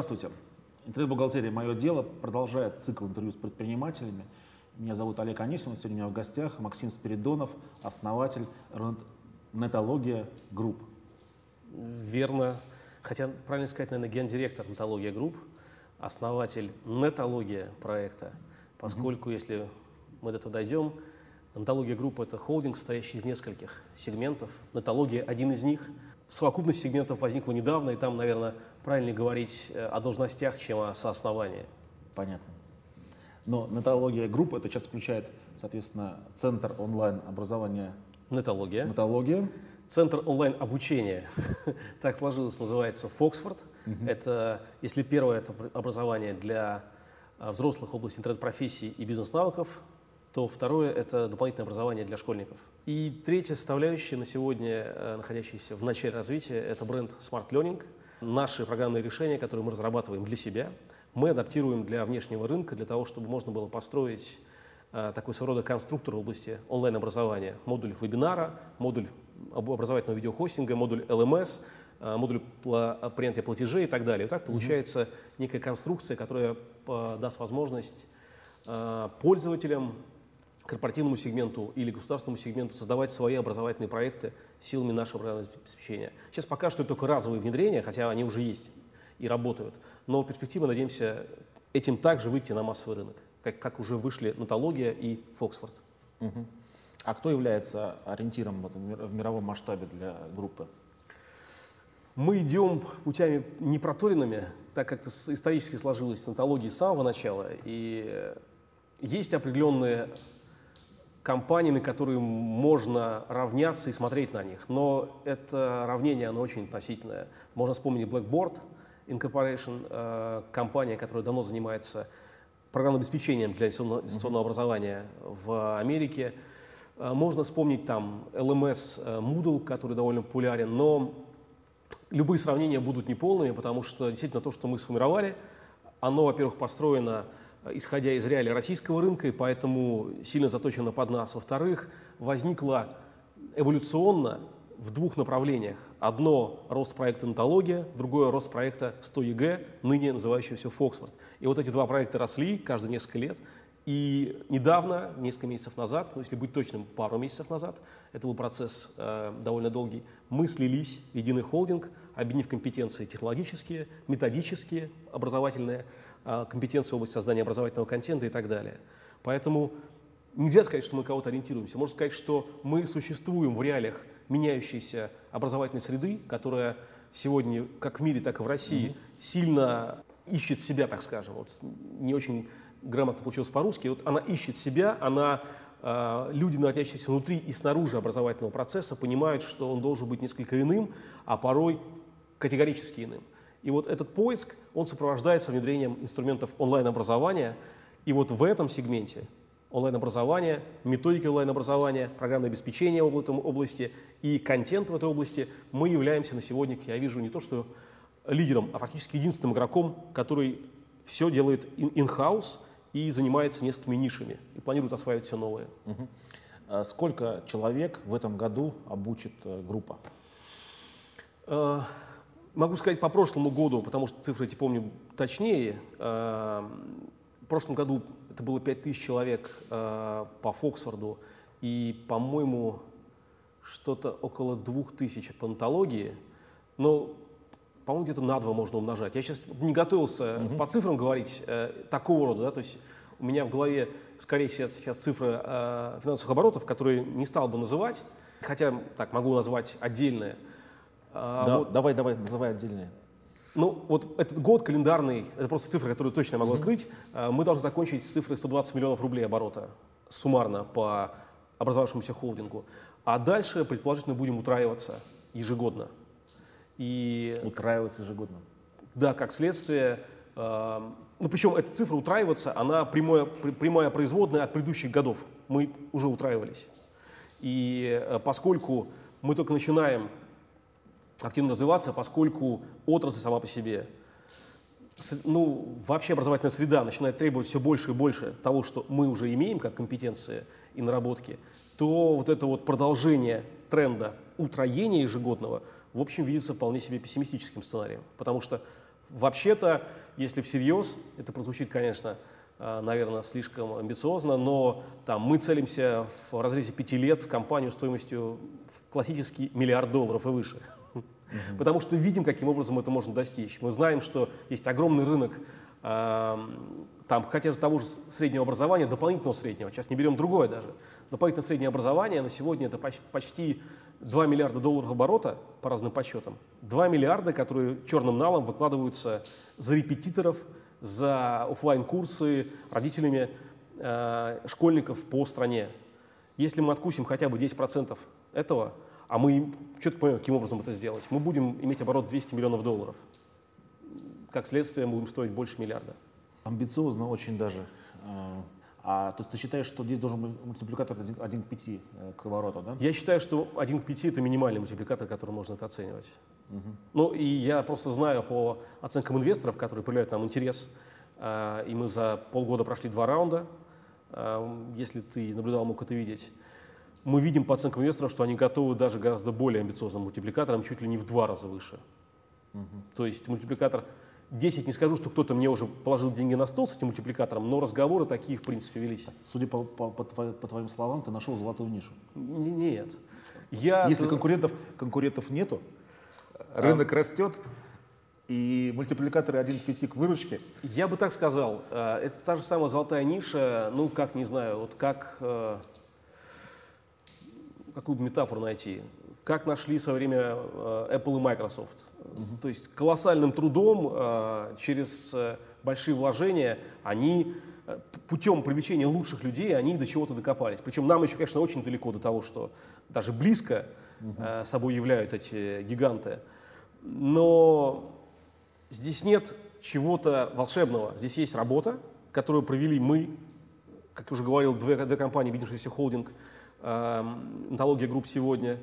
Здравствуйте. Интернет-бухгалтерия «Мое дело» продолжает цикл интервью с предпринимателями. Меня зовут Олег Анисимов. Сегодня у меня в гостях Максим Спиридонов, основатель Нетология Групп. Верно. Хотя, правильно сказать, наверное, гендиректор Нетология Групп, основатель Нетология проекта, поскольку, если мы до этого дойдем, Нетология Групп – это холдинг, состоящий из нескольких сегментов. Нетология – один из них. Совокупность сегментов возникла недавно, и там, наверное, правильнее говорить о должностях, чем о соосновании. Понятно. Но Нетология Групп – это сейчас включает, соответственно, Центр онлайн-образования Нетология. Нетология. Центр онлайн-обучения, так сложилось, называется Фоксфорд. Это, если первое – это образование для взрослых в области интернет-профессий и бизнес-навыков, то второе – это дополнительное образование для школьников. И третья составляющая на сегодня, находящаяся в начале развития, это бренд Smart Learning. Наши программные решения, которые мы разрабатываем для себя, мы адаптируем для внешнего рынка, для того, чтобы можно было построить такой своего рода конструктор в области онлайн-образования. Модуль вебинара, модуль образовательного видеохостинга, модуль LMS, модуль принятия платежей и так далее. И так получается некая конструкция, которая даст возможность пользователям, корпоративному сегменту или государственному сегменту создавать свои образовательные проекты силами нашего программного обеспечения. Сейчас пока что это только разовые внедрения, хотя они уже есть и работают. Но в перспективе, надеемся, этим также выйти на массовый рынок, как уже вышли Нетология и Фоксфорд. А кто является ориентиром в мировом масштабе для группы? Мы идем путями непроторенными, так как это исторически сложилось с Нетологией с самого начала. И есть определенные компании, на которые можно равняться и смотреть на них. Но это равнение, оно очень относительное. Можно вспомнить Blackboard Incorporation, компания, которая давно занимается программным обеспечением для дистанционного образования в Америке. Можно вспомнить там LMS Moodle, который довольно популярен, но любые сравнения будут неполными, потому что действительно то, что мы сформировали, оно, во-первых, построено исходя из реалий российского рынка, и поэтому сильно заточено под нас. Во-вторых, возникло эволюционно в двух направлениях. Одно – рост проекта Нетология, другое – рост проекта 100 ЕГЭ, ныне называющегося Фоксфорд. И вот эти два проекта росли каждые несколько лет. И недавно, несколько месяцев назад, ну, если быть точным, пару месяцев назад, это был процесс довольно долгий, мы слились в единый холдинг, объединив компетенции технологические, методические, образовательные, компетенции в области создания образовательного контента и так далее. Поэтому нельзя сказать, что мы кого-то ориентируемся. Можно сказать, что мы существуем в реалиях меняющейся образовательной среды, которая сегодня, как в мире, так и в России, сильно ищет себя, так скажем. Вот не очень грамотно получилось по-русски. Вот она ищет себя, люди, находящиеся внутри и снаружи образовательного процесса, понимают, что он должен быть несколько иным, а порой категорически иным. И вот этот поиск, он сопровождается внедрением инструментов онлайн-образования. И вот в этом сегменте онлайн-образования, методики онлайн-образования, программное обеспечение в этом области и контент в этой области мы являемся на сегодня, я вижу, не то что лидером, а практически единственным игроком, который все делает in-house и занимается несколькими нишами и планирует осваивать все новое. Сколько человек в этом году обучит группа? Могу сказать по прошлому году, потому что цифры эти помню точнее. В прошлом году это было 5000 человек по Фоксфорду и, по-моему, что-то около 2000 по Нетологии. Но, по-моему, где-то на 2 можно умножать. Я сейчас не готовился по цифрам говорить такого рода, да, то есть у меня в голове, скорее всего, сейчас цифры финансовых оборотов, которые не стал бы называть, хотя так могу назвать отдельные. Давай, называй отдельные. Ну, вот этот год календарный, это просто цифры, которые точно я могу открыть, мы должны закончить с цифрой 120 миллионов рублей оборота суммарно по образовавшемуся холдингу. А дальше, предположительно, будем утраиваться ежегодно. Утраиваться ежегодно? Да, как следствие. Причем эта цифра утраиваться, она прямая производная от предыдущих годов. Мы уже утраивались. И поскольку мы только начинаем активно развиваться, поскольку отрасль сама по себе, вообще образовательная среда начинает требовать все больше и больше того, что мы уже имеем как компетенции и наработки, то вот это вот продолжение тренда утроения ежегодного, в общем, видится вполне себе пессимистическим сценарием. Потому что Вообще-то, если всерьез, это прозвучит, конечно, наверное, слишком амбициозно, но там, мы целимся в разрезе 5 лет в компанию стоимостью в классический $1 миллиард и выше. Потому что видим, каким образом это можно достичь. Мы знаем, что есть огромный рынок там, хотя того же среднего образования, дополнительного среднего, сейчас не берем другое даже, дополнительное среднее образование на сегодня это почти $2 миллиарда оборота по разным подсчетам. 2 миллиарда, которые черным налом выкладываются за репетиторов, за офлайн-курсы родителями школьников по стране. Если мы откусим хотя бы 10% этого, а мы четко понимаем, каким образом это сделать, мы будем иметь оборот $200 миллионов. Как следствие, мы будем стоить больше $1 миллиарда. Амбициозно очень даже. То есть ты считаешь, что здесь должен быть мультипликатор 1 к 5 к обороту, да? Я считаю, что 1 к 5 – это минимальный мультипликатор, который можно это оценивать. Ну и я просто знаю по оценкам инвесторов, которые проявляют нам интерес, и мы за полгода прошли 2 раунда, если ты наблюдал, мог это видеть, мы видим по оценкам инвесторов, что они готовы даже гораздо более амбициозным мультипликатором, чуть ли не в 2 раза выше. То есть мультипликатор 10, не скажу, что кто-то мне уже положил деньги на стол с этим мультипликатором, но разговоры такие, в принципе, велись. Судя по твоим словам, ты нашел золотую нишу. Нет. Если конкурентов нету, рынок растет, и мультипликаторы 1 к 5 к выручке. Я бы так сказал. Это та же самая золотая ниша, ну, как, не знаю, вот как, какую бы метафору найти, как нашли в свое время Apple и Microsoft. То есть колоссальным трудом, через большие вложения, они путем привлечения лучших людей, они до чего-то докопались. Причем нам еще, конечно, очень далеко до того, что даже близко собой являют эти гиганты. Но здесь нет чего-то волшебного. Здесь есть работа, которую провели мы, как я уже говорил, две компании, объединившиеся холдинг, Нетология Групп сегодня,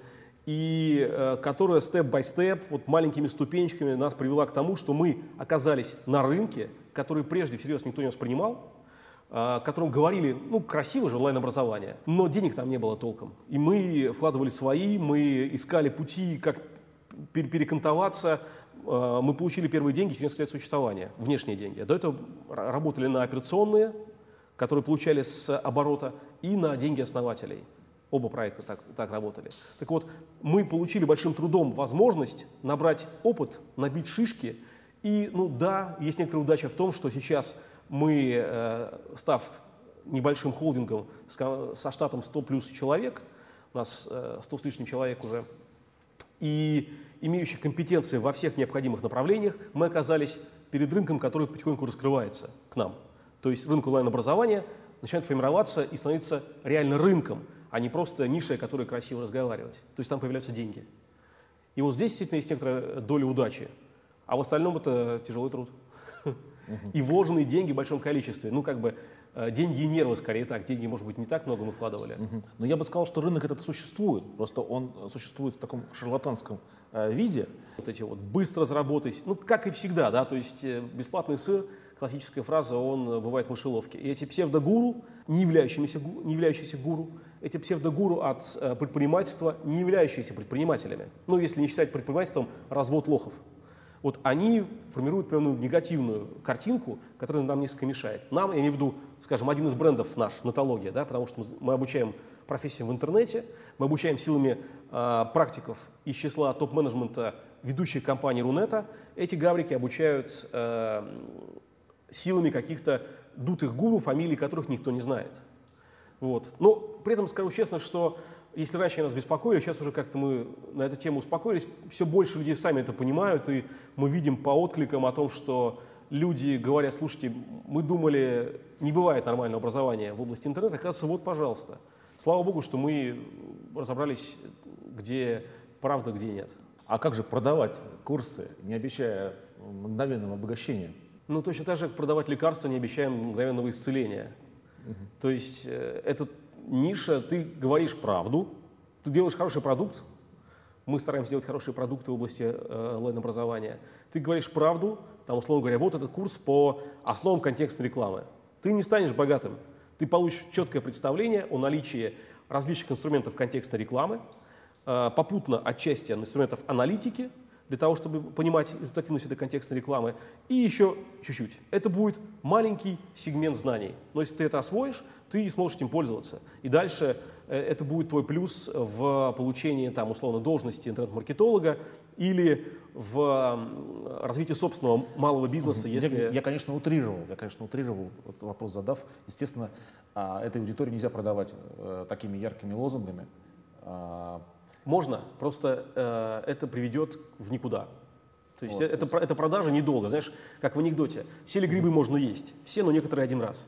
и которая степ-бай-степ, вот маленькими ступенечками нас привела к тому, что мы оказались на рынке, который прежде всерьез никто не воспринимал, о котором говорили, ну, красиво же онлайн-образование, но денег там не было толком. И мы вкладывали свои, мы искали пути, как перекантоваться. Мы получили первые деньги через несколько лет существования, внешние деньги. До этого работали на операционные, которые получали с оборота, и на деньги основателей. Оба проекта так работали. Так вот, мы получили большим трудом возможность набрать опыт, набить шишки. И, ну да, есть некоторая удача в том, что сейчас мы, став небольшим холдингом со штатом 100 плюс человек, у нас 100 с лишним человек уже, и имеющих компетенции во всех необходимых направлениях, мы оказались перед рынком, который потихоньку раскрывается к нам. То есть рынок онлайн-образования начинает формироваться и становится реально рынком, а не просто нишей, о которой красиво разговаривать. То есть там появляются деньги. И вот здесь действительно есть некоторая доля удачи, а в остальном это тяжелый труд. И вложенные деньги в большом количестве. Ну, как бы деньги и нервы, скорее так. Деньги, может быть, не так много мы вкладывали. Но я бы сказал, что рынок этот существует. Просто он существует в таком шарлатанском виде. Вот эти вот быстро заработать, ну, как и всегда, да, то есть бесплатный сыр, классическая фраза, он бывает в мышеловке. И эти псевдогуру, не являющиеся гуру, эти псевдогуру от предпринимательства, не являющиеся предпринимателями. Ну, если не считать предпринимательством развод лохов. Вот они формируют прям негативную картинку, которая нам несколько мешает. Нам, я имею в виду, скажем, один из брендов наш, Нетология, да, потому что мы обучаем профессиям в интернете, мы обучаем силами практиков из числа топ-менеджмента ведущих компаний Рунета. Эти гаврики обучают силами каких-то дутых гуру, фамилий которых никто не знает. Вот. Но при этом скажу честно, что если раньше нас беспокоили, сейчас уже как-то мы на эту тему успокоились, все больше людей сами это понимают, и мы видим по откликам о том, что люди говорят: слушайте, мы думали, не бывает нормального образования в области интернета, оказывается, вот, пожалуйста. Слава богу, что мы разобрались, где правда, где нет. А как же продавать курсы, не обещая мгновенного обогащения? Ну, точно так же, как продавать лекарства, не обещаем мгновенного исцеления. То есть это ниша, ты говоришь правду, ты делаешь хороший продукт, мы стараемся делать хорошие продукты в области онлайн-образования, ты говоришь правду, там, условно говоря, вот этот курс по основам контекстной рекламы. Ты не станешь богатым, ты получишь четкое представление о наличии различных инструментов контекстной рекламы, попутно отчасти инструментов аналитики, для того, чтобы понимать результативность этой контекстной рекламы, и еще чуть-чуть. Это будет маленький сегмент знаний. Но если ты это освоишь, ты сможешь этим пользоваться. И дальше это будет твой плюс в получении, там, условно, должности интернет-маркетолога или в развитии собственного малого бизнеса. Если... Я, конечно, утрировал, этот вопрос задав. Естественно, этой аудитории нельзя продавать такими яркими лозунгами. Можно, просто это приведет в никуда. То есть это продажа недолго, знаешь, как в анекдоте. Все ли грибы можно есть? Все, но некоторые один раз.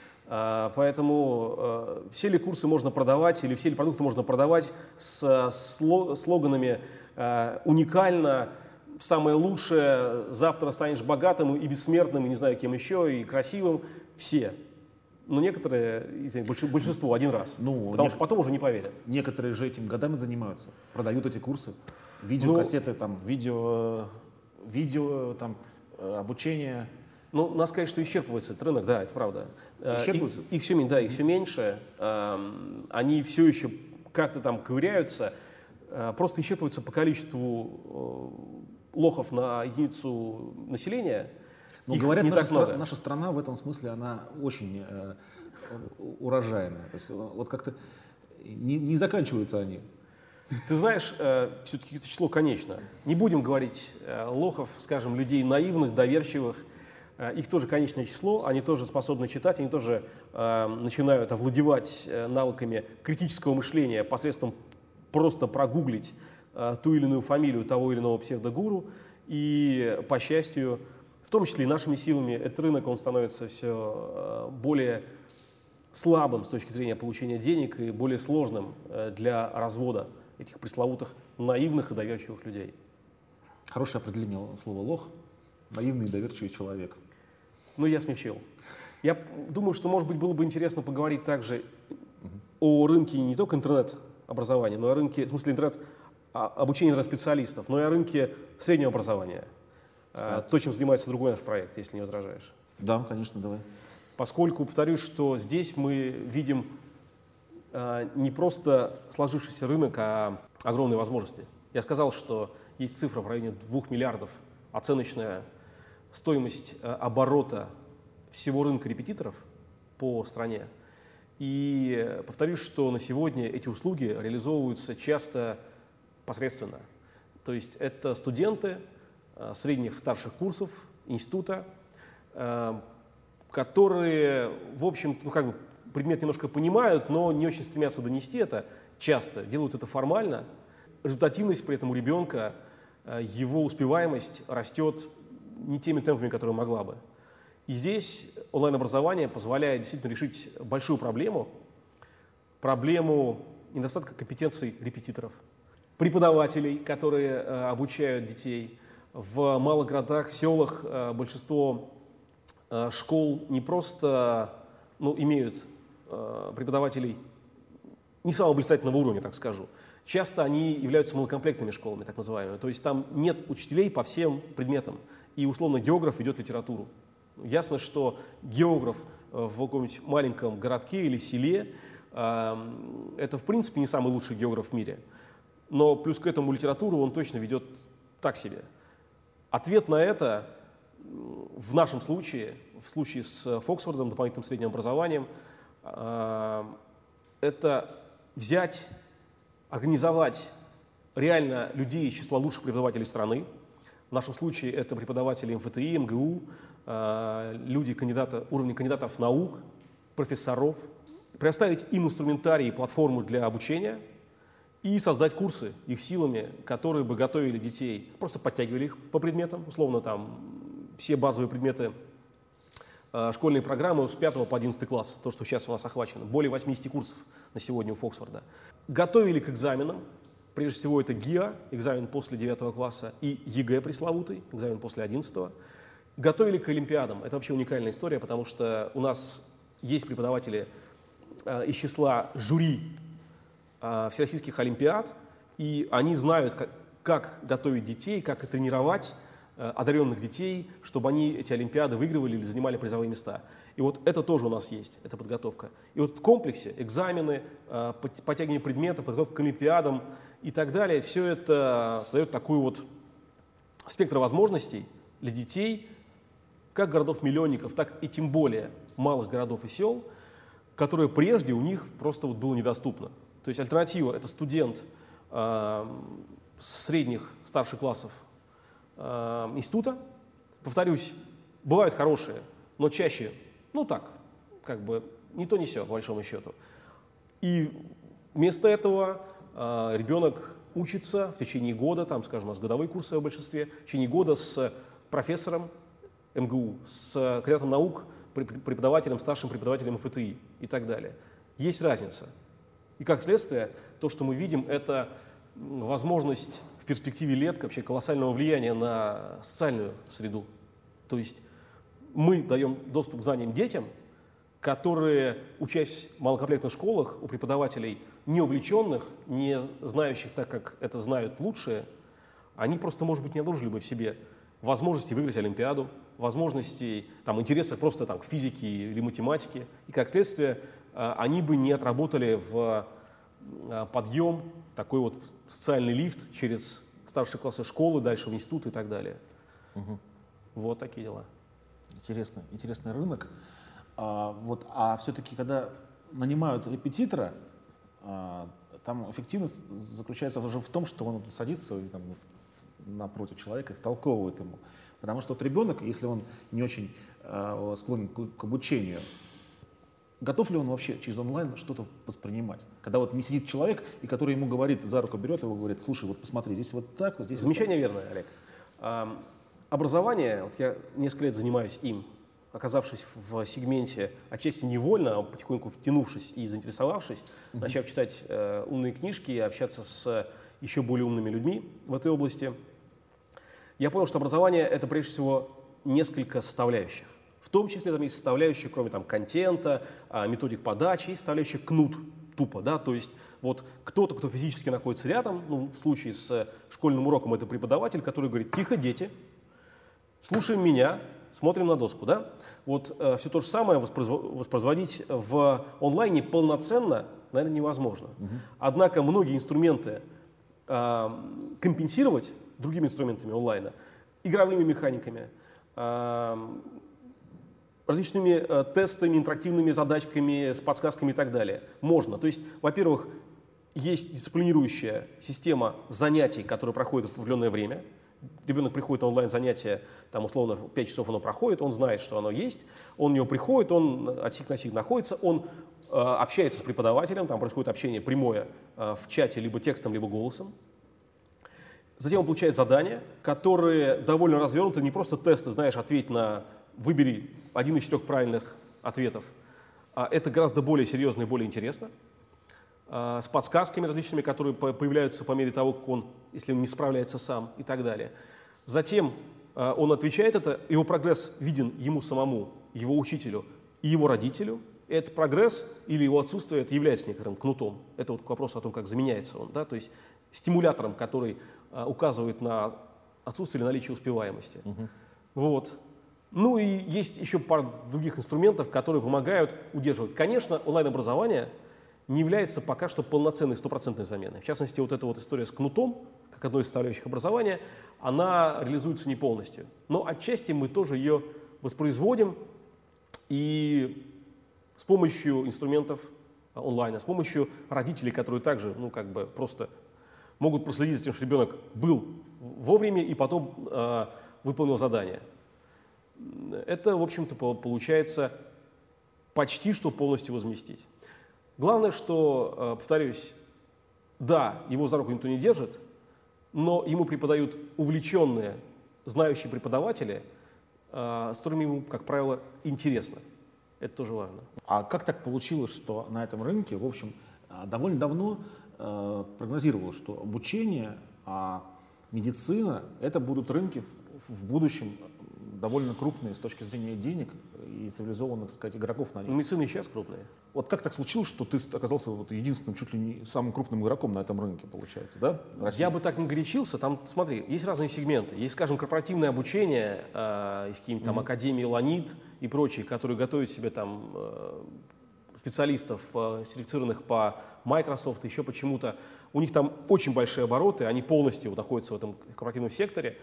Поэтому все ли курсы можно продавать или все ли продукты можно продавать с слоганами «уникально», «самое лучшее», «завтра станешь богатым и бессмертным», и не знаю кем еще, и красивым. Все. Но некоторые, большинство один раз, потому что потом уже не поверят. Некоторые же этим годами занимаются, продают эти курсы, видеокассеты, там, видео там, обучение. Ну, надо сказать, что исчерпывается этот рынок, да, это правда. Исчерпывается? Их все меньше, они все еще как-то там ковыряются, просто исчерпываются по количеству лохов на единицу населения. Но говорят, наша страна в этом смысле, она очень урожайная. То есть вот как-то не заканчиваются они. Ты знаешь, все-таки это число конечно. Не будем говорить лохов, скажем, людей наивных, доверчивых. Их тоже конечное число, они тоже способны читать, они тоже начинают овладевать навыками критического мышления посредством просто прогуглить ту или иную фамилию того или иного псевдогуру. И, по счастью, в том числе и нашими силами, этот рынок, он становится все более слабым с точки зрения получения денег и более сложным для развода этих пресловутых наивных и доверчивых людей. Хорошее определение слова «лох». Наивный и доверчивый человек. Ну, я смягчил. Я думаю, что, может быть, было бы интересно поговорить также о рынке не только интернет-образования, но и о рынке, в смысле обучения интернет-специалистов, но и о рынке среднего образования. То, чем занимается другой наш проект, если не возражаешь. Да, конечно, давай. Поскольку, повторюсь, что здесь мы видим не просто сложившийся рынок, а огромные возможности. Я сказал, что есть цифра в районе 2 миллиардов, оценочная стоимость оборота всего рынка репетиторов по стране. И повторюсь, что на сегодня эти услуги реализовываются часто посредственно. То есть это студенты средних, старших курсов института, которые, в общем, предмет немножко понимают, но не очень стремятся донести это, часто делают это формально. Результативность при этом у ребенка, его успеваемость растет не теми темпами, которые могла бы. И здесь онлайн-образование позволяет действительно решить большую проблему недостатка компетенций репетиторов, преподавателей, которые обучают детей. В малых городах, в селах большинство школ не просто имеют преподавателей не самого блистательного уровня, так скажу. Часто они являются малокомплектными школами, так называемыми. То есть там нет учителей по всем предметам. И, условно, географ ведет литературу. Ясно, что географ в каком-нибудь маленьком городке или селе это, в принципе, не самый лучший географ в мире. Но плюс к этому литературу он точно ведет так себе. Ответ на это в нашем случае, в случае с Фоксфордом, дополнительным средним образованием, это взять, организовать реально людей из числа лучших преподавателей страны. В нашем случае это преподаватели МФТИ, МГУ, люди уровня кандидатов наук, профессоров, предоставить им инструментарий и платформу для обучения и создать курсы их силами, которые бы готовили детей, просто подтягивали их по предметам, условно там все базовые предметы школьной программы с 5 по 11 класс, то, что сейчас у нас охвачено, более 80 курсов на сегодня у Фоксфорда. Готовили к экзаменам, прежде всего это ГИА, экзамен после 9 класса, и ЕГЭ пресловутый, экзамен после 11. Готовили к олимпиадам. Это вообще уникальная история, потому что у нас есть преподаватели из числа жюри всероссийских олимпиад, и они знают, как готовить детей, как и тренировать одаренных детей, чтобы они эти олимпиады выигрывали или занимали призовые места. И вот это тоже у нас есть, эта подготовка. И вот в комплексе экзамены, подтягивание предметов, подготовка к олимпиадам и так далее, все это создает такую вот спектра возможностей для детей, как городов-миллионников, так и тем более малых городов и сел, которые прежде у них просто вот было недоступно. То есть альтернатива – это студент средних, старших классов института. Повторюсь, бывают хорошие, но чаще, ну так, как бы не то, не сё, по большому счету. И вместо этого ребенок учится в течение года, там, скажем, у нас годовые курсы в большинстве, в течение года с профессором МГУ, с кандидатом наук, преподавателем, старшим преподавателем ФТИ и так далее. Есть разница. И как следствие, то, что мы видим, это возможность в перспективе лет вообще колоссального влияния на социальную среду. То есть мы даем доступ к знаниям детям, которые, учась в малокомплектных школах у преподавателей не увлеченных, не знающих так, как это знают лучшие, они просто, может быть, не обнаружили бы в себе возможности выиграть Олимпиаду, возможностей, там, интереса просто там, к физике или математике. И, как следствие, они бы не отработали в подъем, такой вот социальный лифт через старшие классы школы, дальше в институт и так далее. Угу. Вот такие дела. Интересный рынок. А все-таки, когда нанимают репетитора, там эффективность заключается уже в том, что он садится и, там, напротив человека и втолковывает ему. Потому что вот ребенок, если он не очень склонен к обучению, готов ли он вообще через онлайн что-то воспринимать? Когда вот не сидит человек, и который ему говорит, за руку берет его, говорит: слушай, вот посмотри, здесь вот так, вот здесь. Замечание верное, Олег. Образование, вот я несколько лет занимаюсь им, оказавшись в сегменте отчасти невольно, а потихоньку втянувшись и заинтересовавшись, начав читать умные книжки и общаться с еще более умными людьми в этой области, я понял, что образование — это прежде всего несколько составляющих. В том числе там есть составляющие, кроме там контента, методик подачи, есть составляющая кнут, тупо, да, то есть вот кто-то, кто физически находится рядом, ну, в случае с школьным уроком это преподаватель, который говорит: тихо, дети, слушаем меня, смотрим на доску, да. Вот все то же самое воспроизводить в онлайне полноценно, наверное, невозможно. Однако многие инструменты компенсировать другими инструментами онлайна, игровыми механиками, различными тестами, интерактивными задачками, с подсказками и так далее. Можно. То есть, во-первых, есть дисциплинирующая система занятий, которые проходят в определенное время. Ребенок приходит на онлайн-занятие, там условно 5 часов оно проходит, он знает, что оно есть, он в него приходит, он от сих на сих находится, он общается с преподавателем, там происходит общение прямое в чате либо текстом, либо голосом. Затем он получает задания, которые довольно развернуты, не просто тесты, знаешь, ответь на, выбери один из 4 правильных ответов. Это гораздо более серьезно и более интересно. С подсказками различными, которые появляются по мере того, как он, если он не справляется сам и так далее. Затем он отвечает это, его прогресс виден ему самому, его учителю и его родителю. Этот прогресс или его отсутствие это является некоторым кнутом. Это вот к вопросу о том, как заменяется он, да? То есть стимулятором, который указывает на отсутствие или наличие успеваемости. Вот. Ну и есть еще пара других инструментов, которые помогают удерживать. Конечно, онлайн-образование не является пока что полноценной, стопроцентной заменой. В частности, вот эта вот история с кнутом, как одной из составляющих образования, она реализуется не полностью. Но отчасти мы тоже ее воспроизводим и с помощью инструментов онлайна, с помощью родителей, которые также, ну, как бы просто могут проследить за тем, что ребенок был вовремя и потом выполнил задание. Это, в общем-то, получается почти что полностью возместить. Главное, что, повторюсь, да, его за руку никто не держит, но ему преподают увлеченные, знающие преподаватели, с которыми ему, как правило, интересно. Это тоже важно. А как так получилось, что на этом рынке, в общем, довольно давно прогнозировалось, что обучение, медицина — это будут рынки в будущем довольно крупные с точки зрения денег и цивилизованных, так сказать, игроков на них. Медицина и сейчас крупная. Вот как так случилось, что ты оказался вот единственным, чуть ли не самым крупным игроком на этом рынке, получается, да? Я бы так не горячился. Там, смотри, есть разные сегменты. Есть, скажем, корпоративное обучение, есть какие-нибудь там академии Ланит и прочие, которые готовят себе там специалистов, сертифицированных по Microsoft, еще почему-то. У них там очень большие обороты, они полностью находятся в этом корпоративном секторе.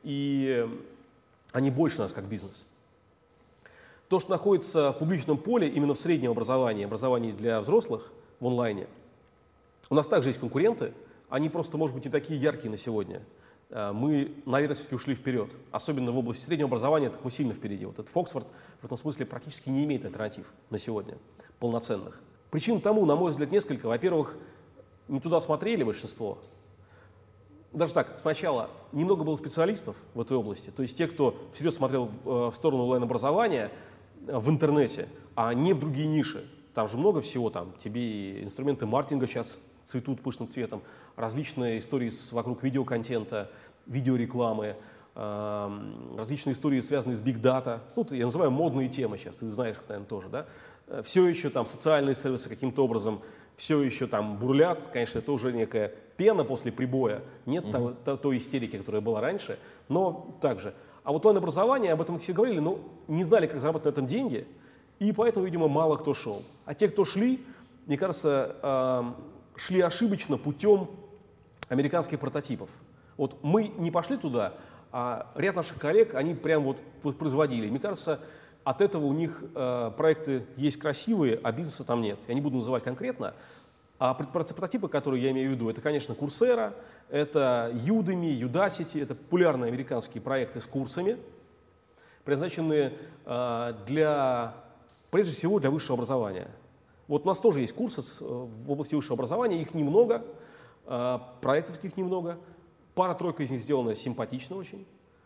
и они больше нас как бизнес. То, что находится в публичном поле, именно в среднем образовании для взрослых в онлайне, у нас также есть конкуренты, они просто, может быть, не такие яркие на сегодня. Мы, наверное, все-таки ушли вперед. Особенно в области среднего образования, так мы сильно впереди. Вот этот Фоксфорд в этом смысле практически не имеет альтернатив на сегодня, полноценных. Причин тому, на мой взгляд, несколько. Во-первых, не туда смотрели большинство. Даже так, сначала немного было специалистов в этой области, то есть те, кто всерьез смотрел в сторону онлайн-образования в интернете, а не в другие ниши. Там же много всего, там тебе и инструменты маркетинга сейчас цветут пышным цветом, различные истории вокруг видеоконтента, видеорекламы, различные истории, связанные с Big Data. Ну, я называю модные темы сейчас, ты знаешь их, наверное, тоже, да? Все еще там социальные сервисы каким-то образом, все еще там бурлят. Конечно, это уже некая пена после прибоя. Нет той истерики, которая была раньше, но также. А вот онлайн-образование, об этом все говорили, но не знали, как заработать на этом деньги, и поэтому, видимо, мало кто шел. А те, кто шли, мне кажется, шли ошибочно путем американских прототипов. Вот мы не пошли туда, а ряд наших коллег, они прям вот воспроизводили. Мне кажется, от этого у них проекты есть красивые, а бизнеса там нет. Я не буду называть конкретно. А прототипы, которые я имею в виду, это, конечно, Coursera, это Udemy, Udacity, это популярные американские проекты с курсами, предназначенные прежде всего для высшего образования. Вот у нас тоже есть курсы в области высшего образования, их немного, проектов таких немного, пара-тройка из них сделана симпатично очень.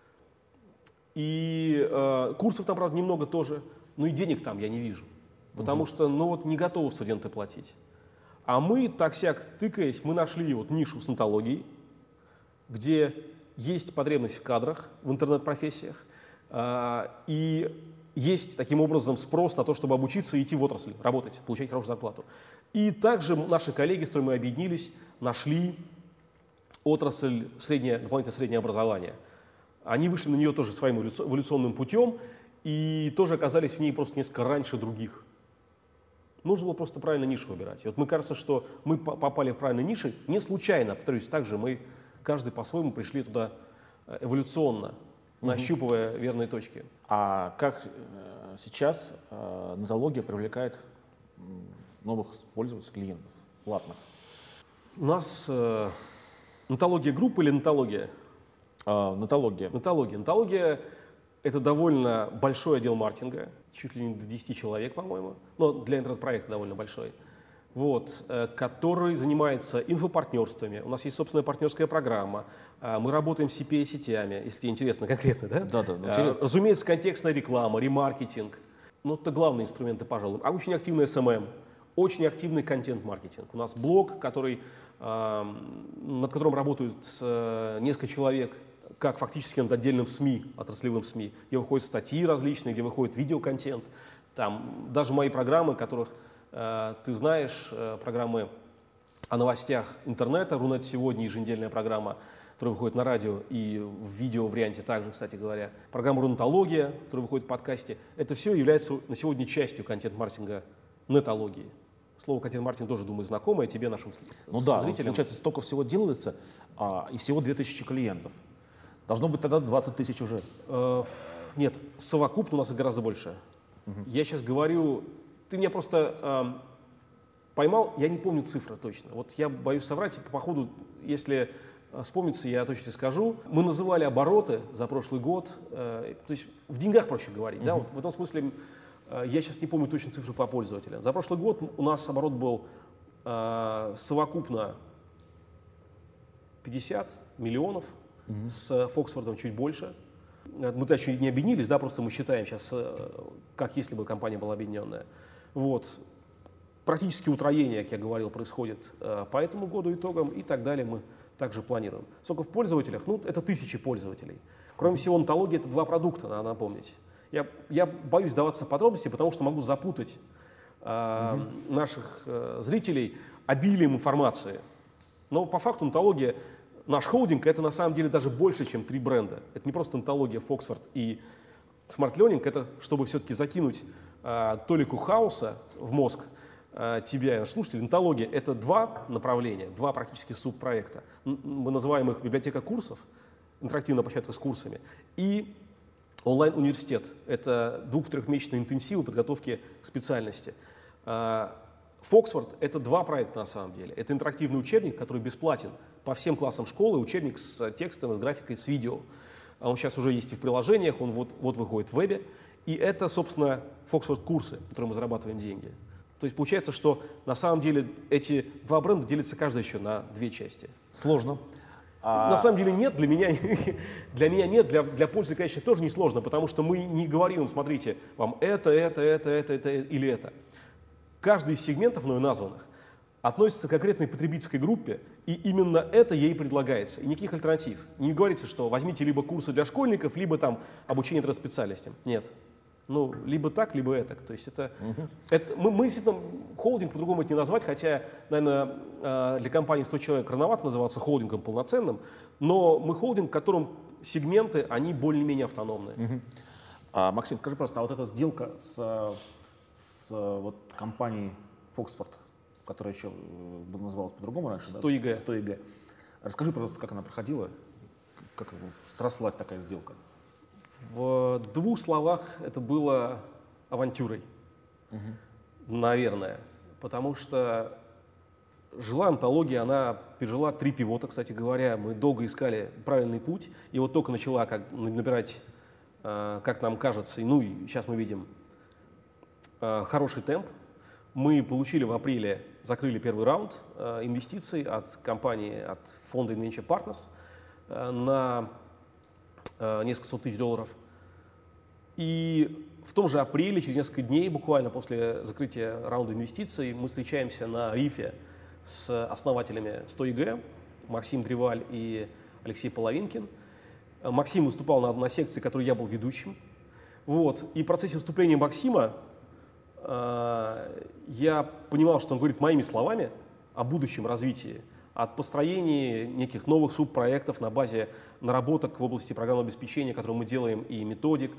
И курсов там, правда, немного тоже, но и денег там я не вижу, потому что не готовы студенты платить. А мы, так-сяк тыкаясь, мы нашли вот нишу с онтологией, где есть потребность в кадрах, в интернет-профессиях, и есть таким образом спрос на то, чтобы обучиться и идти в отрасль, работать, получать хорошую зарплату. И также наши коллеги, с которыми мы объединились, нашли отрасль дополнительное среднее образование. Они вышли на нее тоже своим эволюционным путем и тоже оказались в ней просто несколько раньше других. Нужно было просто правильно нишу выбирать. И вот мне кажется, что мы попали в правильные ниши не случайно, повторюсь, также мы каждый по-своему пришли туда эволюционно, нащупывая верные точки. А как сейчас нетология привлекает новых пользователей, клиентов, платных? У нас нетология группа или нетология? Нетология. Нетология – это довольно большой отдел маркетинга, чуть ли не до 10 человек, по-моему, но для интернет-проекта довольно большой, который занимается инфопартнерствами. У нас есть собственная партнерская программа, мы работаем с CPA-сетями, если тебе интересно конкретно, да? Да. Разумеется, контекстная реклама, ремаркетинг, это главные инструменты, пожалуй. А очень активный SMM, очень активный контент-маркетинг. У нас блог, над которым работают несколько человек, как фактически над отдельным СМИ, отраслевым СМИ, где выходят статьи различные, где выходит видеоконтент. Там даже мои программы, которых ты знаешь, программы о новостях интернета, Рунет сегодня, еженедельная программа, которая выходит на радио и в видео-варианте также, кстати говоря. Программа «Рунетология», которая выходит в подкасте. Это все является на сегодня частью контент-маркетинга нетологии. Слово контент-маркетинг тоже, думаю, знакомое тебе, нашим зрителям. Получается, столько всего делается, и всего 2000 клиентов. Должно быть тогда 20 тысяч уже. Нет, совокупно у нас их гораздо больше. Я сейчас говорю, ты меня просто поймал, я не помню цифры точно. Вот я боюсь соврать, по ходу, если вспомнится, я точно тебе скажу. Мы называли обороты за прошлый год, то есть в деньгах, проще говорить. Да? Вот в этом смысле я сейчас не помню точно цифры по пользователям. За прошлый год у нас оборот был совокупно 50 миллионов, с Фоксфордом чуть больше. Мы-то еще не объединились, да, просто мы считаем сейчас, как если бы компания была объединенная. Практически утроение, как я говорил, происходит по этому году итогам, и так далее мы также планируем. Сколько в пользователях? Это 1000 пользователей. Кроме всего, онтология – это 2 продукта, надо напомнить. Я боюсь даваться в подробности, потому что могу запутать наших зрителей обилием информации. Но по факту онтология, наш холдинг, это на самом деле даже больше, чем 3 бренда. Это не просто онтология, Фоксфорд и Smart Learning, это чтобы все-таки закинуть толику хаоса в мозг тебя и наших слушателей. Онтология – это 2 направления, 2 практически субпроекта. Мы называем их библиотека курсов интерактивная площадка с курсами, и онлайн-университет. Это 2-3-месячные интенсивы подготовки к специальности. Фоксфорд — это 2 проекта на самом деле. Это интерактивный учебник, который бесплатен по всем классам школы, учебник с текстом, с графикой, с видео. Он сейчас уже есть и в приложениях, он вот выходит в вебе. И это, собственно, Фоксфорд курсы, которые мы зарабатываем деньги. То есть получается, что на самом деле эти 2 бренда делятся каждый еще на 2 части. Сложно. На самом деле нет, для меня нет, для пользователя, конечно, тоже не сложно, потому что мы не говорим, смотрите, вам это или это. Каждый из сегментов мною названных относится к конкретной потребительской группе, и именно это ей предлагается, и никаких альтернатив. Не говорится, что возьмите либо курсы для школьников, либо там обучение интернет-специальностям. Нет. Ну, либо так, либо это. То есть мы действительно холдинг по-другому это не назвать, хотя, наверное, для компании 100 человек рановато называться холдингом полноценным, но мы холдинг, в котором сегменты, они более-менее автономные. Максим, скажи, пожалуйста, а вот эта сделка с вот компанией Фоксфорд, которая еще называлась по-другому раньше, 100 ЕГЭ. 100 ЕГЭ. Расскажи, пожалуйста, как она проходила, как срослась такая сделка? В 2 словах это было авантюрой, наверное, потому что жила антология, она пережила 3 пивота, кстати говоря. Мы долго искали правильный путь, и вот только начала набирать, как нам кажется, ну и сейчас мы видим, хороший темп. Мы получили в апреле, закрыли первый раунд инвестиций от компании, от фонда InVenture Partners на несколько сот тысяч долларов. И в том же апреле, через несколько дней, буквально после закрытия раунда инвестиций, мы встречаемся на рифе с основателями 100 ЕГЭ, Максим Древаль и Алексей Половинкин. Максим выступал на секции, в которой я был ведущим. Вот. И в процессе выступления Максима я понимал, что он говорит моими словами о будущем развитии, о построении неких новых субпроектов на базе наработок в области программного обеспечения, которые мы делаем, и методик,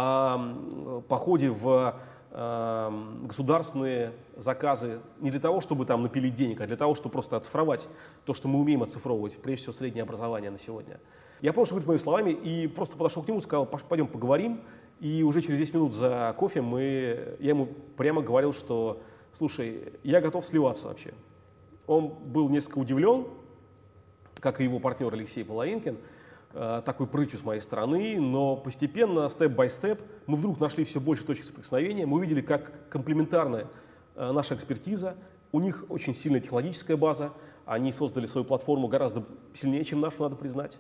о походе в государственные заказы не для того, чтобы там напилить денег, а для того, чтобы просто оцифровать то, что мы умеем оцифровывать, прежде всего среднее образование на сегодня. Я помню, что говорит моими словами, и просто подошел к нему, сказал: пойдем поговорим. И уже через 10 минут за кофе я ему прямо говорил, что, слушай, я готов сливаться вообще. Он был несколько удивлен, как и его партнер Алексей Половинкин, такой прытью с моей стороны, но постепенно, степ-бай-степ, мы вдруг нашли все больше точек соприкосновения, мы увидели, как комплементарная наша экспертиза, у них очень сильная технологическая база, они создали свою платформу гораздо сильнее, чем нашу, надо признать,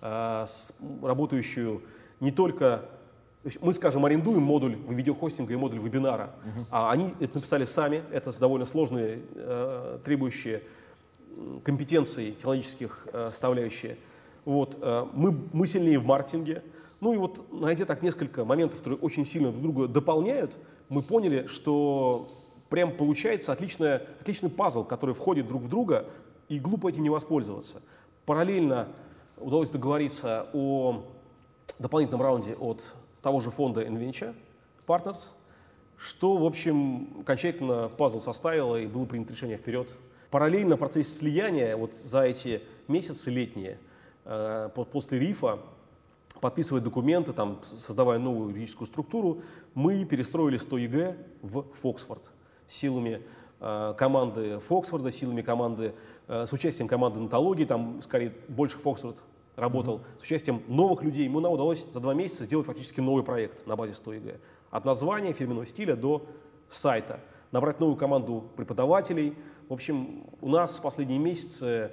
работающую не только... Мы, скажем, арендуем модуль видеохостинга и модуль вебинара, а они это написали сами, это довольно сложные, требующие компетенций технологических составляющие. Вот. Мы сильнее в маркетинге. Ну и вот, найдя так несколько моментов, которые очень сильно друг друга дополняют, мы поняли, что прям получается отличный пазл, который входит друг в друга, и глупо этим не воспользоваться. Параллельно удалось договориться о дополнительном раунде от того же фонда InVenture Partners, что, в общем, окончательно пазл составило и было принято решение вперед. Параллельно в процессе слияния, вот за эти месяцы летние, после рифа, подписывая документы, там, создавая новую юридическую структуру, мы перестроили 100 ЕГЭ в Фоксфорд силами команды Фоксфорда, силами команды, с участием команды Нотологии, там, скорее, больше Фоксфорд работал, с участием новых людей. Нам удалось за 2 месяца сделать фактически новый проект на базе 100 ЕГЭ. От названия, фирменного стиля до сайта. Набрать новую команду преподавателей. В общем, у нас в последние месяцы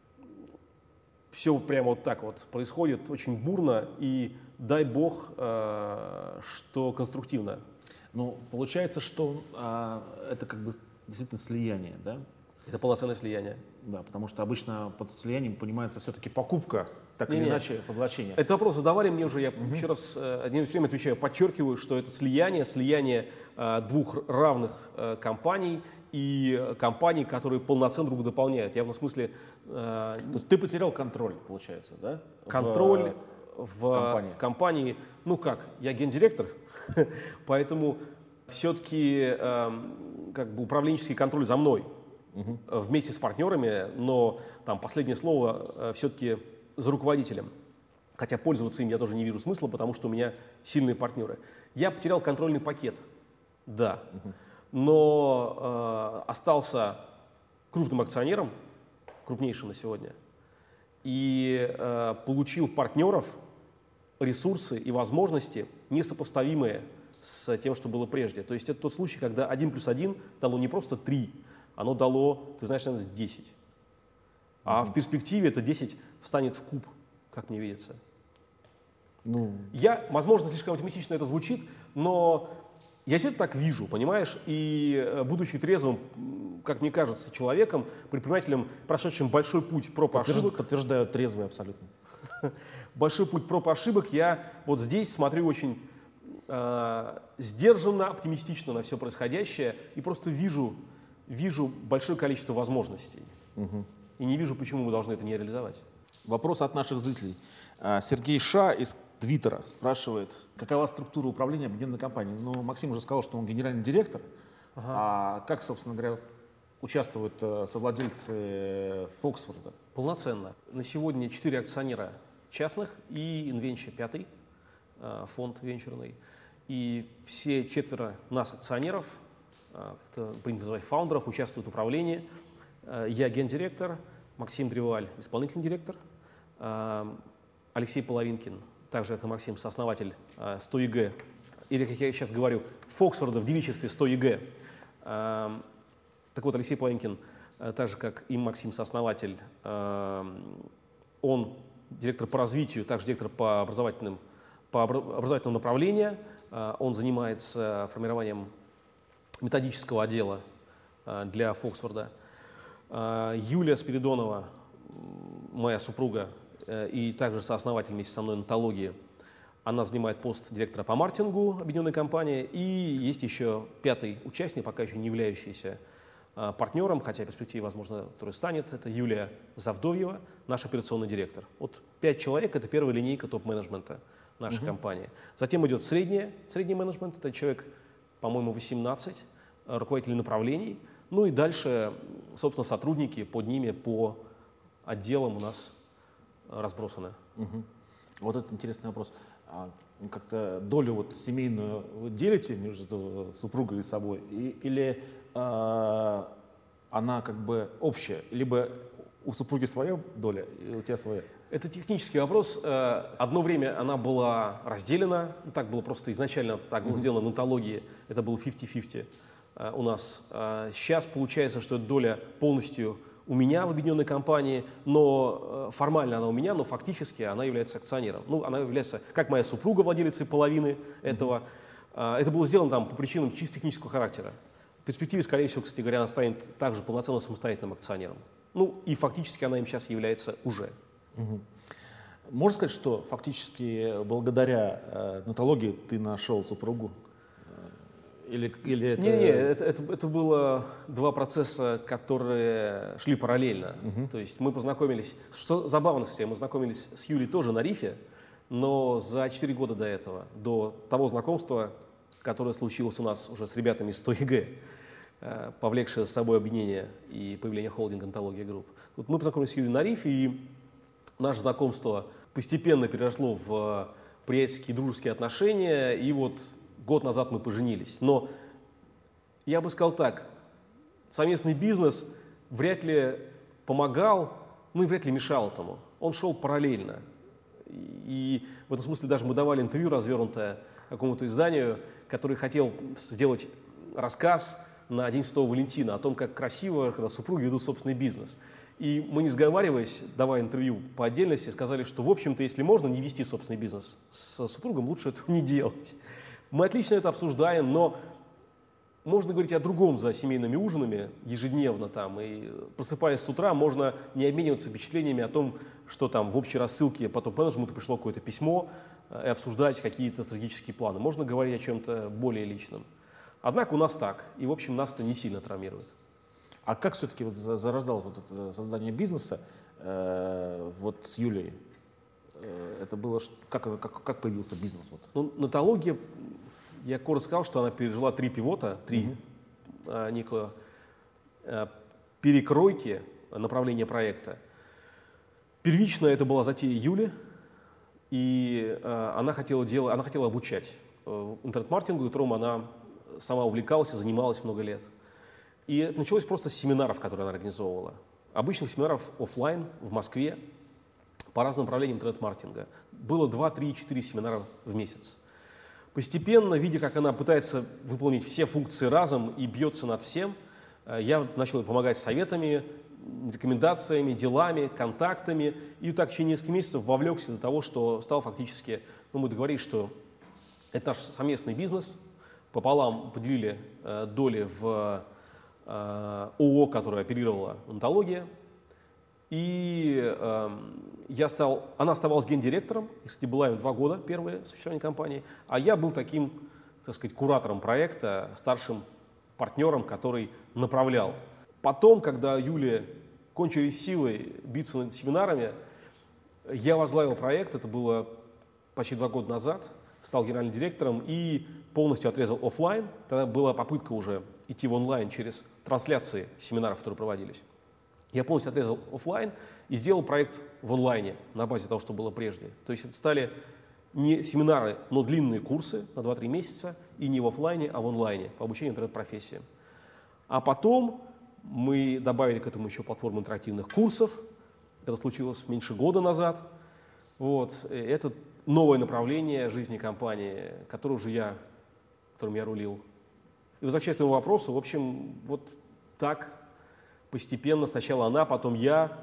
все прямо вот так вот происходит, очень бурно, и дай бог, что конструктивно. Ну, получается, что это как бы действительно слияние, да? Это полноценное слияние. Да, потому что обычно под слиянием понимается все-таки покупка, так или иначе поглощение. Этот вопрос задавали мне уже, я еще раз одним время отвечаю, подчеркиваю, что это слияние 2 равных компаний и компаний, которые полноценно друг друга дополняют. Я в смысле... Ты потерял контроль, получается, да? Контроль в компании. Ну как, я гендиректор, поэтому все-таки как бы управленческий контроль за мной. Вместе с партнерами, но там последнее слово все-таки за руководителем. хотя пользоваться им я тоже не вижу смысла, потому что у меня сильные партнеры. Я потерял контрольный пакет, да, но остался крупным акционером, крупнейшим на сегодня, и получил партнеров, ресурсы и возможности, несопоставимые с тем, что было прежде. То есть это тот случай, когда 1+1 дало не просто 3, оно дало, ты знаешь, наверное, 10. А в перспективе это 10 встанет в куб, как мне видится. Я, возможно, слишком оптимистично это звучит, но я все это так вижу, понимаешь? И будучи трезвым, как мне кажется, человеком, предпринимателем, прошедшим большой путь проб и ошибок. Подтверждаю, трезвый абсолютно. Большой путь проб и ошибок, я вот здесь смотрю очень сдержанно, оптимистично на все происходящее и просто вижу большое количество возможностей. И не вижу, почему мы должны это не реализовать. Вопрос от наших зрителей. Сергей Ша из Твиттера спрашивает, какова структура управления объединенной компанией. Ну, Максим уже сказал, что он генеральный директор. А как, собственно говоря, участвуют совладельцы Фоксфорда? Полноценно. На сегодня 4 акционера частных и Inventure 5, фонд венчурный. И все 4 нас, акционеров, это принято называть фаундеров, участвуют в управлении. Я гендиректор, Максим Древаль, исполнительный директор, Алексей Половинкин, также как и Максим, сооснователь 100 ЕГЭ, или, как я сейчас говорю, Фоксфорда в девичестве 100 ЕГЭ. Так вот, Алексей Половинкин, так же как и Максим, сооснователь, он директор по развитию, также директор по образовательному направлению. Он занимается формированием методического отдела для Фоксфорда. Юлия Спиридонова, моя супруга и также сооснователь вместе со мной Нотологии, она занимает пост директора по маркетингу объединенной компании. И есть еще 5-й участник, пока еще не являющийся партнером, хотя в перспективе, возможно, который станет, это Юлия Завдовьева, наш операционный директор. Вот 5 человек – это первая линейка топ-менеджмента нашей компании. Затем идет средний менеджмент, это человек, по-моему, 18, руководители направлений. Ну и дальше, собственно, сотрудники под ними по отделам у нас разбросаны. Вот это интересный вопрос. Как-то долю вот семейную вы делите между супругой и собой? Или она как бы общая? Либо у супруги своя доля, и у тебя своя? Это технический вопрос. Одно время она была разделена. Так было просто изначально, так было сделано в Нотологии. Это было 50-50 у нас. Сейчас получается, что эта доля полностью у меня в объединенной компании, но формально она у меня, но фактически она является акционером. Ну, она является, как моя супруга, владелицей половины этого. Это было сделано там по причинам чисто технического характера. В перспективе, скорее всего, кстати говоря, она станет также полноценно самостоятельным акционером. Ну, и фактически она им сейчас является уже. Можно сказать, что фактически благодаря Нотологии ты нашел супругу? Или это... Это было 2 процесса, которые шли параллельно. То есть мы познакомились, что забавно, кстати, мы знакомились с Юлей тоже на рифе, но за 4 года до этого, до того знакомства, которое случилось у нас уже с ребятами из 100 ЕГЭ, повлекшее с собой объединение и появление холдинга «Нотология Групп». Вот мы познакомились с Юлей на рифе, и наше знакомство постепенно переросло в приятельские, дружеские отношения, и вот год назад мы поженились. Но я бы сказал так, совместный бизнес вряд ли помогал, ну и вряд ли мешал этому. Он шел параллельно. И в этом смысле даже мы давали интервью развернутое какому-то изданию, который хотел сделать рассказ на День Святого Валентина о том, как красиво, когда супруги ведут собственный бизнес. И мы, не сговариваясь, давая интервью по отдельности, сказали, что, в общем-то, если можно не вести собственный бизнес с супругом, лучше этого не делать. Мы отлично это обсуждаем, но можно говорить о другом за семейными ужинами ежедневно там, и просыпаясь с утра, можно не обмениваться впечатлениями о том, что там в общей рассылке по топ-менеджменту пришло какое-то письмо, и обсуждать какие-то стратегические планы. Можно говорить о чем-то более личном. Однако у нас так, и, в общем, нас это не сильно травмирует. А как все-таки вот зарождалось вот это создание бизнеса вот с Юлией? Это было, как появился бизнес? Вот? Ну, Нотология, я коротко сказал, что она пережила 3 пивота, 3 некого перекройки направления проекта. Первично это была затея Юли, И она хотела обучать интернет-маркетингу, которым она сама увлекалась и занималась много лет. И это началось просто с семинаров, которые она организовывала. Обычных семинаров офлайн в Москве по разным направлениям интернет-маркетинга. Было 2, 3, 4 семинара в месяц. Постепенно, видя, как она пытается выполнить все функции разом и бьется над всем, я начал ей помогать советами, рекомендациями, делами, контактами. И так в течение нескольких месяцев вовлекся до того, что стал фактически, мы договорились, что это наш совместный бизнес. Пополам поделили доли в ООО, которое оперировала онтология. И она оставалась гендиректором, и, кстати, была им 2 года первые существования компании, а я был таким, так сказать, куратором проекта, старшим партнером, который направлял. Потом, когда Юлия кончились силы биться над семинарами, я возглавил проект, это было почти 2 года назад, стал генеральным директором и полностью отрезал офлайн. Тогда была попытка уже идти в онлайн через трансляции семинаров, которые проводились. Я полностью отрезал офлайн и сделал проект в онлайне на базе того, что было прежде. То есть это стали не семинары, но длинные курсы на 2-3 месяца, и не в офлайне, а в онлайне по обучению интернет-профессиям. А потом мы добавили к этому еще платформу интерактивных курсов. Это случилось меньше года назад. Это новое направление жизни компании, которым я рулил. И возвращаясь к этому вопросу, в общем, вот так постепенно, сначала она, потом я,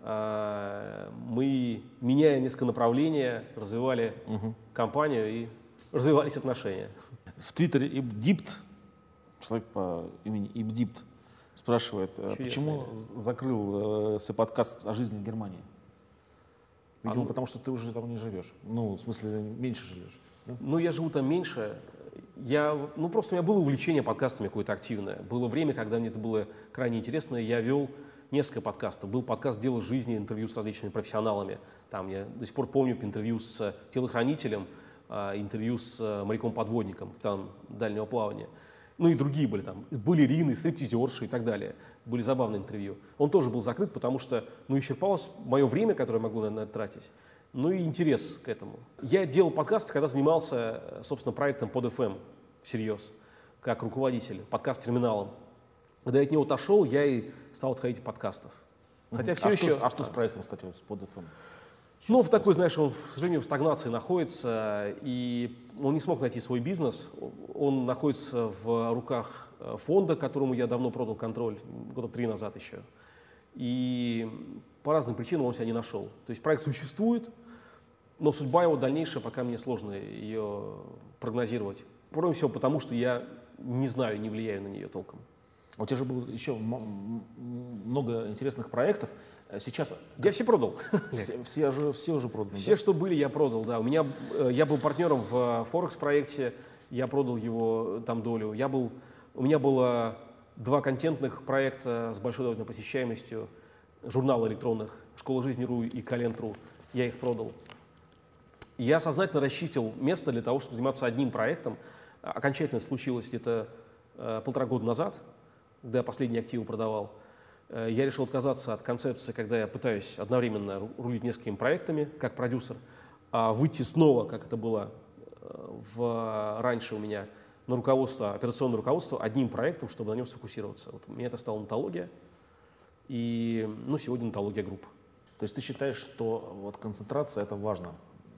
мы, меняя несколько направлений, развивали компанию и развивались отношения. В Твиттере Ибдипт, человек по имени Ибдипт, спрашивает, почему закрыл свой подкаст о жизни в Германии? Видимо, потому что ты уже там не живешь. В смысле, меньше живешь. Да? Я живу там меньше. Просто у меня было увлечение подкастами какое-то активное. Было время, когда мне это было крайне интересно. Я вел несколько подкастов. Был подкаст «Дело жизни», интервью с различными профессионалами. Там я до сих пор помню интервью с телохранителем, интервью с моряком-подводником, капитаном дальнего плавания. И другие были там, балерины, стриптизерши и так далее. Были забавные интервью. Он тоже был закрыт, потому что исчерпалось мое время, которое я могу на это тратить. И интерес к этому. Я делал подкасты, когда занимался, собственно, проектом PodFM всерьез, как руководитель, подкаст-терминалом. Когда я от него отошел, я и стал отходить от подкастов. Хотя все еще... Что с проектом, кстати, с PodFM? В такой, он, к сожалению, в стагнации находится, и он не смог найти свой бизнес. Он находится в руках фонда, которому я давно продал контроль, года 3 назад еще. И по разным причинам он себя не нашел. То есть проект существует, но судьба его дальнейшая пока мне сложно ее прогнозировать. Прежде всего потому, что я не знаю, не влияю на нее толком. У тебя же было еще много интересных проектов. Сейчас... Я все продал. Все уже проданы. Все, что были, я продал, да. Я был партнером в Форекс-проекте, я продал его там долю. У меня было 2 контентных проекта с большой довольно посещаемостью, журналы электронных «Школа жизни.ру» и «Калент.ру». Я их продал. Я сознательно расчистил место для того, чтобы заниматься одним проектом. Окончательно случилось где-то 1,5 года назад, когда я последние активы продавал. Я решил отказаться от концепции, когда я пытаюсь одновременно рулить несколькими проектами, как продюсер, а выйти снова, как это было раньше у меня, на операционное руководство одним проектом, чтобы на нем сфокусироваться. У меня это стала онтология, и сегодня онтология групп. То есть ты считаешь, что концентрация – это важно?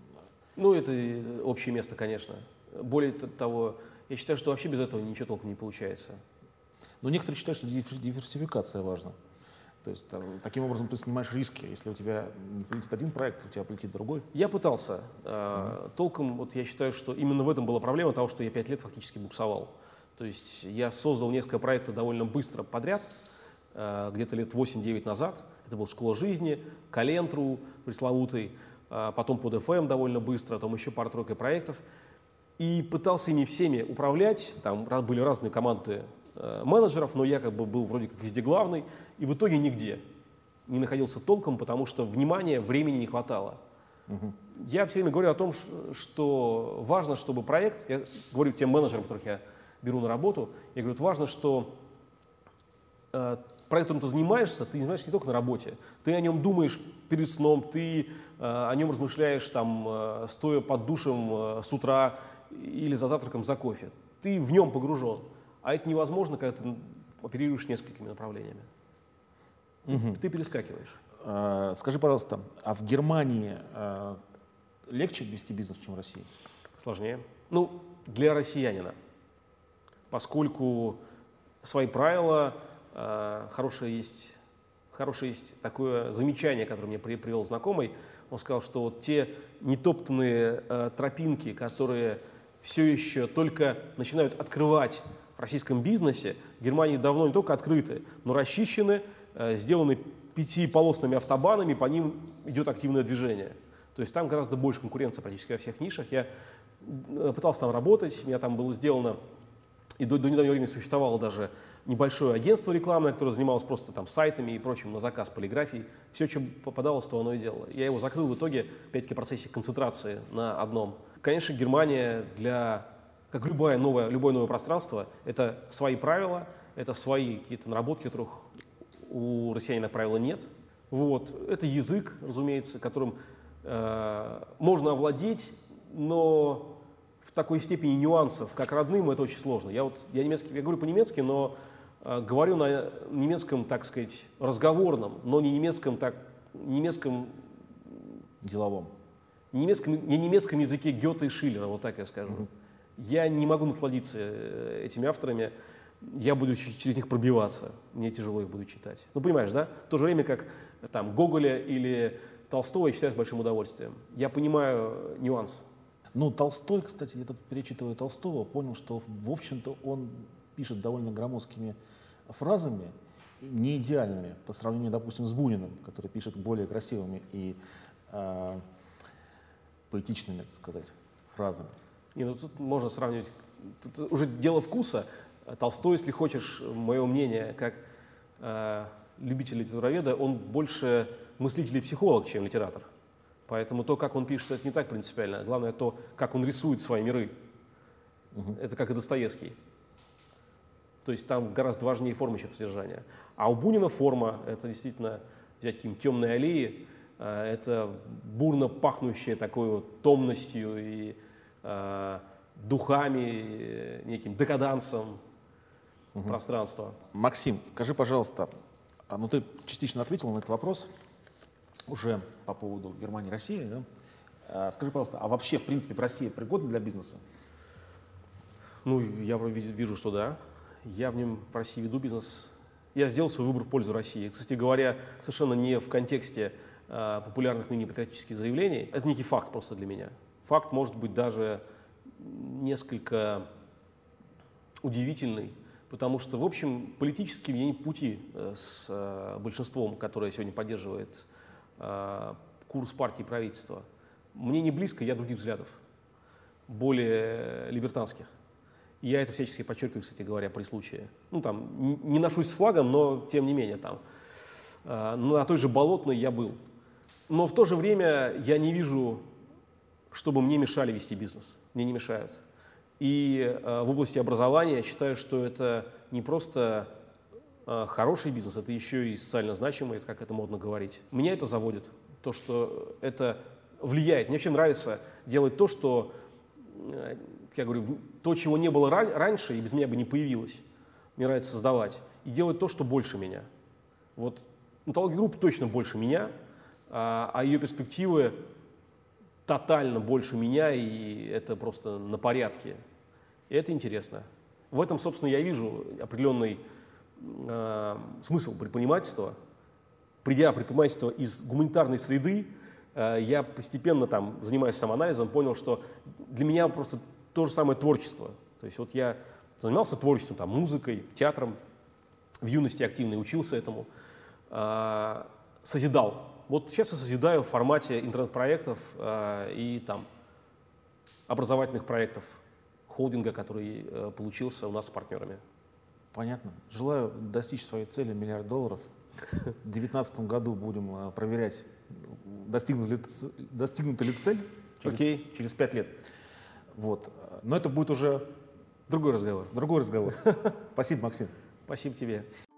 Это общее место, конечно. Более того, я считаю, что вообще без этого ничего толком не получается. Но некоторые считают, что диверсификация важна. То есть таким образом ты снимаешь риски. Если у тебя не полетит один проект, у тебя полетит другой. Я пытался. Толком, я считаю, что именно в этом была проблема того, что я 5 лет фактически буксовал. То есть я создал несколько проектов довольно быстро подряд, где-то лет 8-9 назад. Это была «Школа жизни», «Калент.ру» пресловутый, потом PodFM довольно быстро, потом еще пара-тройка проектов. И пытался ими всеми управлять. Там были разные команды менеджеров, но я был вроде как везде главный, и в итоге нигде не находился толком, потому что времени не хватало. Я все время говорю о том, что важно, чтобы проект, я говорю тем менеджерам, которых я беру на работу, я говорю, важно, что проект, которым ты занимаешься не только на работе. Ты о нем думаешь перед сном, ты о нем размышляешь, там, стоя под душем с утра или за завтраком, за кофе. Ты в нем погружен. А это невозможно, когда ты оперируешь несколькими направлениями. Ты перескакиваешь. Скажи, пожалуйста, а в Германии легче вести бизнес, чем в России? Сложнее. Ну, для россиянина. Поскольку свои правила, хорошее есть такое замечание, которое мне привел знакомый. Он сказал, что вот те нетоптанные тропинки, которые все еще только начинают открывать в российском бизнесе, в Германии давно не только открыты, но расчищены, сделаны 5-полосными автобанами, по ним идет активное движение. То есть там гораздо больше конкуренции практически во всех нишах. Я пытался там работать, у меня там было сделано, и до недавнего времени существовало даже небольшое агентство рекламное, которое занималось просто там сайтами и прочим на заказ полиграфией. Все, что попадалось, то оно и делало. Я его закрыл в итоге, опять-таки, в процессе концентрации на одном. Конечно, Германия как любое новое пространство, это свои правила, это свои какие-то наработки, которых у россиянина, как правило, нет. Вот. Это язык, разумеется, которым можно овладеть, но в такой степени нюансов, как родным, это очень сложно. Я говорю по-немецки, но говорю на немецком, так сказать, разговорном, но не немецком Деловом. Не немецком языке Гёте и Шиллера, вот так я скажу. Я не могу насладиться этими авторами, я буду через них пробиваться, мне тяжело их буду читать. Ну, понимаешь, да? В то же время, как там Гоголя или Толстого я читаю с большим удовольствием. Я понимаю нюанс. Ну, Толстой, кстати, я тут перечитывая Толстого, понял, что, в общем-то, он пишет довольно громоздкими фразами, не идеальными, по сравнению, допустим, с Буниным, который пишет более красивыми и поэтичными, так сказать, фразами. Тут можно сравнивать, тут уже дело вкуса. Толстой, если хочешь, мое мнение, как любитель литературоведа, он больше мыслитель и психолог, чем литератор. Поэтому то, как он пишет, это не так принципиально. Главное то, как он рисует свои миры. Это как и Достоевский. То есть там гораздо важнее форма, чем содержание. А у Бунина форма — это действительно взять какие-нибудь темные аллеи, это бурно пахнущее такой вот томностью и духами, неким декадансом пространства. Максим, скажи, пожалуйста, ну ты частично ответил на этот вопрос уже по поводу Германии и России, да? Скажи, пожалуйста, а вообще, в принципе, Россия пригодна для бизнеса? Ну, я вижу, что да. Я в России веду бизнес. Я сделал свой выбор в пользу России. Кстати говоря, совершенно не в контексте популярных ныне патриотических заявлений. Это некий факт просто для меня. Факт может быть даже несколько удивительный, потому что, в общем, политически мне не по пути с большинством, которое сегодня поддерживает курс партии и правительства. Мне не близко, я других взглядов, более либертанских. Я это всячески подчеркиваю, кстати говоря, при случае. Ну, там, не ношусь с флагом, но тем не менее, там, на той же Болотной я был. Но в то же время я не вижу, чтобы мне мешали вести бизнес. Мне не мешают. И в области образования я считаю, что это не просто хороший бизнес, это еще и социально значимый, как это модно говорить. Меня это заводит, то, что это влияет. Мне вообще нравится делать то, что, я говорю, то, чего не было раньше и без меня бы не появилось. Мне нравится создавать. И делать то, что больше меня. Вот Антология Групп точно больше меня, а ее перспективы тотально больше меня, и это просто на порядке. И это интересно. В этом, собственно, я вижу определенный смысл предпринимательства. Придя в предпринимательство из гуманитарной среды, я постепенно там, занимаясь самоанализом, понял, что для меня просто то же самое творчество. То есть вот я занимался творчеством, там, музыкой, театром, в юности активно учился этому, созидал. Вот сейчас я созидаю в формате интернет-проектов и там образовательных проектов холдинга, который получился у нас с партнерами. Понятно. Желаю достичь своей цели $1 миллиард. В 2019 году будем проверять, достигнута ли цель через 5 лет. Вот. Но это будет уже другой разговор. Спасибо, Максим. Спасибо тебе.